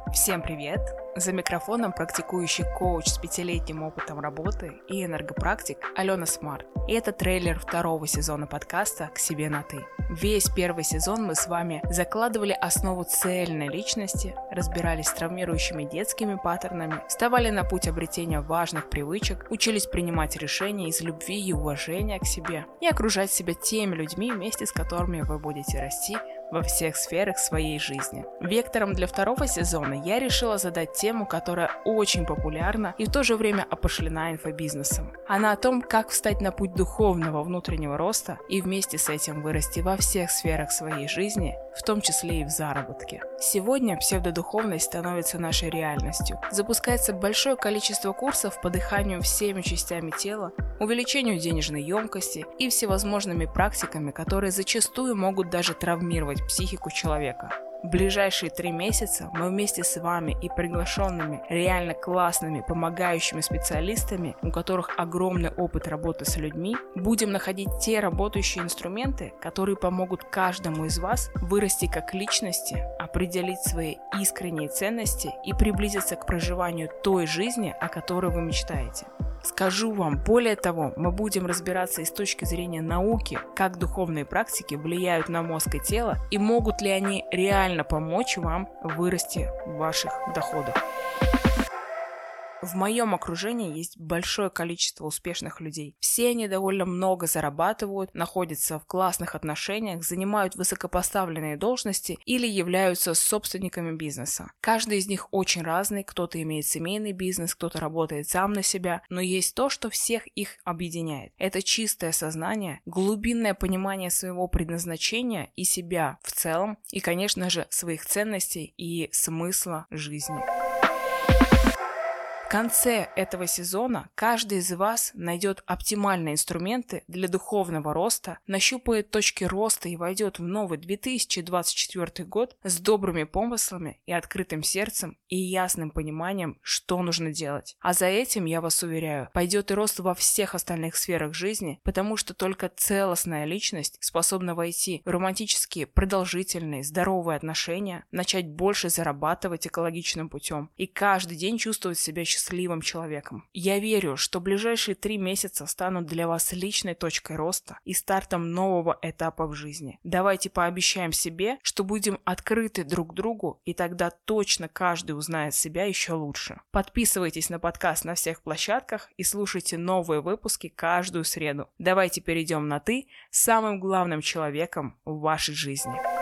Всем привет! За микрофоном практикующий коуч с 5-летним опытом работы и энергопрактик Алена Смарт. И это трейлер второго сезона подкаста «К себе на ты». Весь первый сезон мы с вами закладывали основу цельной личности, разбирались с травмирующими детскими паттернами, вставали на путь обретения важных привычек, учились принимать решения из любви и уважения к себе и окружать себя теми людьми, вместе с которыми вы будете расти во всех сферах своей жизни. Вектором для второго сезона я решила задать тему, которая очень популярна и в то же время опошлена инфобизнесом. Она о том, как встать на путь духовного внутреннего роста и вместе с этим вырасти во всех сферах своей жизни, в том числе и в заработке. Сегодня псевдодуховность становится нашей реальностью. Запускается большое количество курсов по дыханию всеми частями тела, увеличению денежной емкости и всевозможными практиками, которые зачастую могут даже травмировать психику человека. В ближайшие 3 месяца мы вместе с вами и приглашенными реально классными помогающими специалистами, у которых огромный опыт работы с людьми, будем находить те работающие инструменты, которые помогут каждому из вас вырасти как личности, определить свои искренние ценности и приблизиться к проживанию той жизни, о которой вы мечтаете. Скажу вам, более того, мы будем разбираться и с точки зрения науки, как духовные практики влияют на мозг и тело, и могут ли они реально помочь вам вырасти в ваших доходах. В моем окружении есть большое количество успешных людей. Все они довольно много зарабатывают, находятся в классных отношениях, занимают высокопоставленные должности или являются собственниками бизнеса. Каждый из них очень разный, кто-то имеет семейный бизнес, кто-то работает сам на себя, но есть то, что всех их объединяет. Это чистое сознание, глубинное понимание своего предназначения и себя в целом, и, конечно же, своих ценностей и смысла жизни. В конце этого сезона каждый из вас найдет оптимальные инструменты для духовного роста, нащупает точки роста и войдет в новый 2024 год с добрыми помыслами и открытым сердцем и ясным пониманием, что нужно делать. А за этим, я вас уверяю, пойдет и рост во всех остальных сферах жизни, потому что только целостная личность способна войти в романтические, продолжительные, здоровые отношения, начать больше зарабатывать экологичным путем и каждый день чувствовать себя счастливым человеком. Я верю, что ближайшие 3 месяца станут для вас личной точкой роста и стартом нового этапа в жизни. Давайте пообещаем себе, что будем открыты друг к другу, и тогда точно каждый узнает себя еще лучше. Подписывайтесь на подкаст на всех площадках и слушайте новые выпуски каждую среду. Давайте перейдем на «ты» с самым главным человеком в вашей жизни.